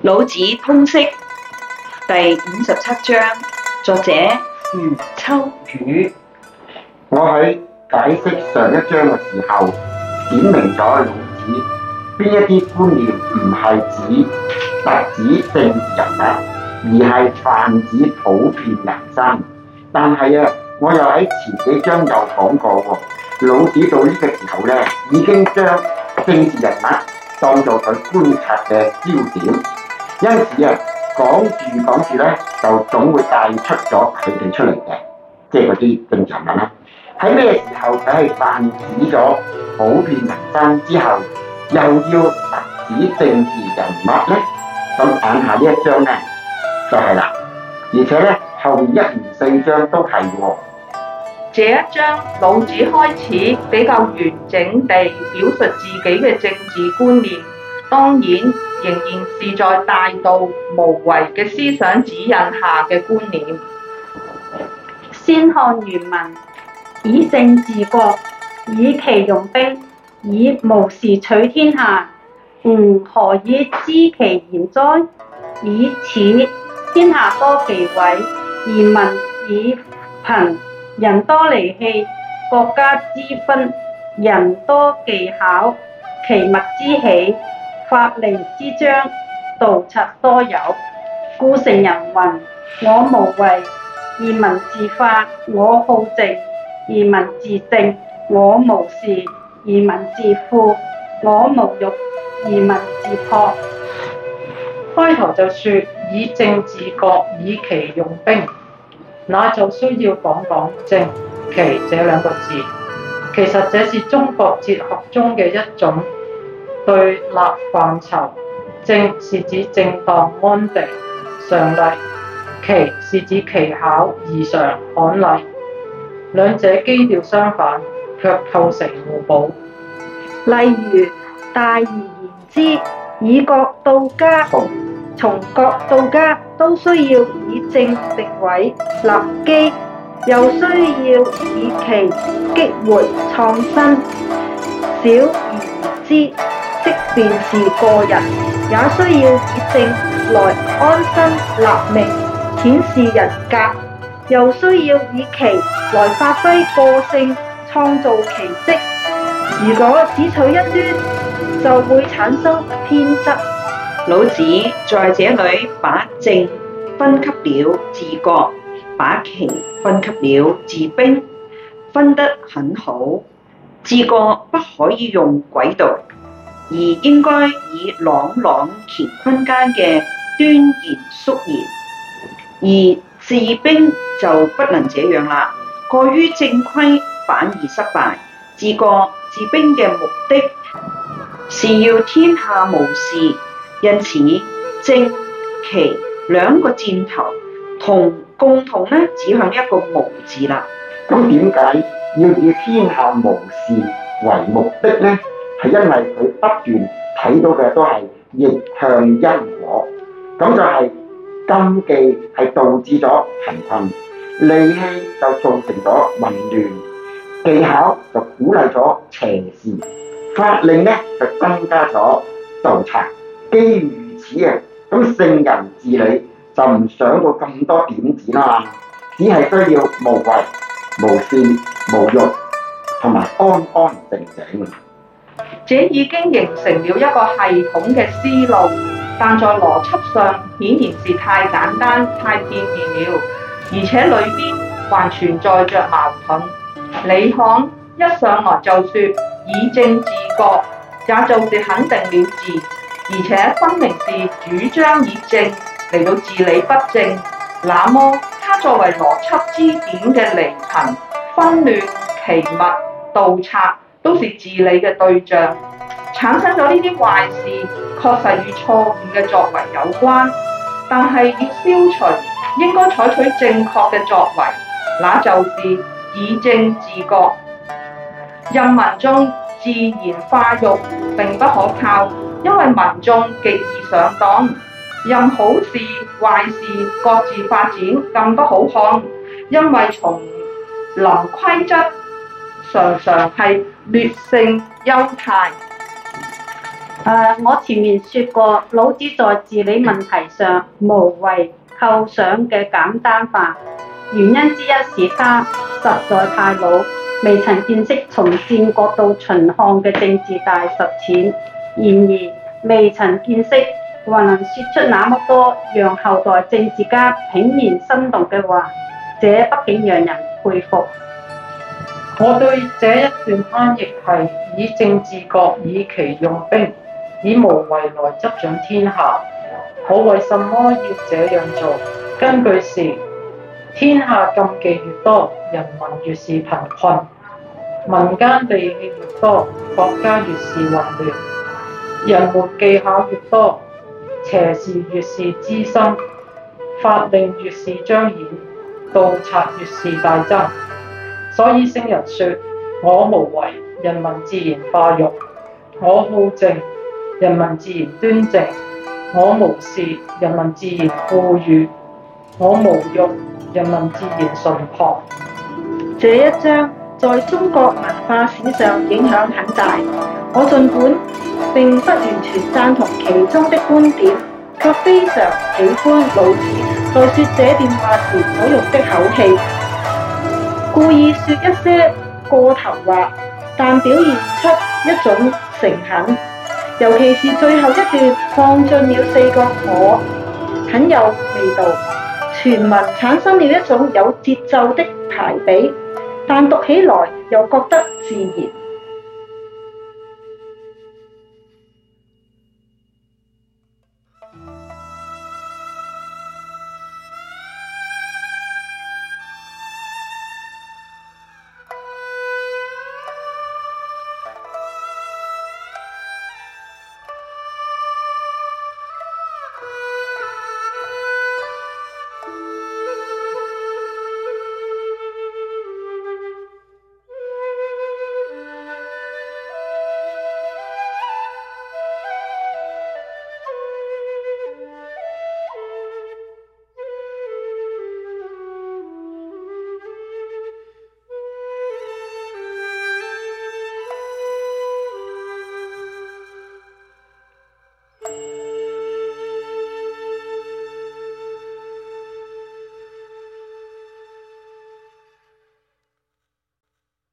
老子通釋第57章，作者余秋雨。 我喺解釋上一章嘅時候，點明咗老子邊一啲觀念唔係特指政治人物，而係泛指普遍人生。但係我又喺前幾章有講過喎，老子到呢個時候咧，已經將政治人物當做佢觀察嘅焦點，因此講住咧，就總會帶出咗佢哋出嚟嘅，即係嗰啲政治人物啦。喺咩時候佢係泛指咗普遍人生之後，又要特指政治人物咧？咁眼下呢一章咧就係啦，而且咧後面1、2、4章都係喎。 這一章老子開始比較完整地表述自己嘅政治觀念，當然仍然是在大道無為嘅思想指引下嘅觀念。 先看原文：以政治國，以其用兵，以無事取天下。吾何以知其然哉？以此天下多忌諱，而民以貧。人多離棄，國家之分；人多技巧，其物之起，法令之章，盜賊多有。故聖人云：我無為，而民自化；我好靜，而民自正；我無事，而民自富；我無欲，而民自破。 開頭就說以政治國，以其用兵，那就需要講講政、其這兩個字。其實這是中國哲學中嘅一種對立範疇。政是指正當、安定、常例；其是指奇巧、異常、罕麗。兩者基調相反，卻構成互補。 例如，大而言之，以國到家，從國到家都需要以政立位立基，又需要以其激活創新。小而言之，即便是個人，也需要以政來安身立命，顯示人格，又需要以其來發揮個性，創造奇蹟。如果只取一端，就會產生偏執。 老子在這裏把政分給了治國，把其分給了治兵，分得很好。治國不可以用詭道，而應該以朗朗乾坤間嘅端嚴肅然；而治兵就不能這樣啦，過於正規反而失敗。治國治兵嘅目的是要天下無事，因此政其兩個箭頭共同指向一個無字啦。 咁點解要以天下無事為目的呢？係因為佢不斷睇到嘅都係逆向因果，咁就係禁忌係導致咗貧困，利器就造成咗混亂，技巧就鼓勵咗邪事，法令就增加咗盜賊。基於如此咁聖人治理就唔想到咁多點子啦，只係需要無為、無事、無欲同埋安安靜靜。 這已經形成了一個系統嘅思路，但在邏輯上顯然是太簡單、太片面了，而且裏邊還存在着矛盾。李沆一上來就說以政治國，也就是肯定了治，而且分明是主張以政嚟到治理不正。那麼他作為邏輯支點嘅離貧、紛亂、奇物、盜賊，都是治理嘅對象，產生咗呢啲壞事，確實與錯誤嘅作為有關。但係要消除，應該採取正確嘅作為，那就是以政治國。任民眾自然化育並不可靠，因為民眾極易上當；任好事壞事各自發展更不好看，因為叢林規則常常係劣性優態。 我前面說過，老子在治理問題上無為構想嘅簡單化，原因之一是他實在太老，未曾見識從戰國到秦漢嘅政治大實踐，然而未曾見識還能說出那麼多讓後代政治家怦然心動嘅話，這不禁讓人佩服。 我對這一段翻譯係以政治國，以其用兵，以無為來執掌天下。我為什麼要這樣做？根據是天下禁忌越多，人民越是貧困；民間利器越多，國家越是混亂；人們技巧越多，邪事越是滋生，法令越是彰顯，盜賊越是大增。所以聖人說：我無為，人民自然化育；我好政，人民自然端正；我無事，人民自然富裕；我無欲，人民自然淳樸。 這一章在中國文化史上影響很大，我儘管並不完全贊同其中的觀點，卻非常喜歡老子在說這段話時所用的口氣，故意說一些過頭話，但表現出一種誠懇，尤其是最後一段放進了4個我，很有味道，全文產生了一種有節奏的排比，但讀起來又覺得自然。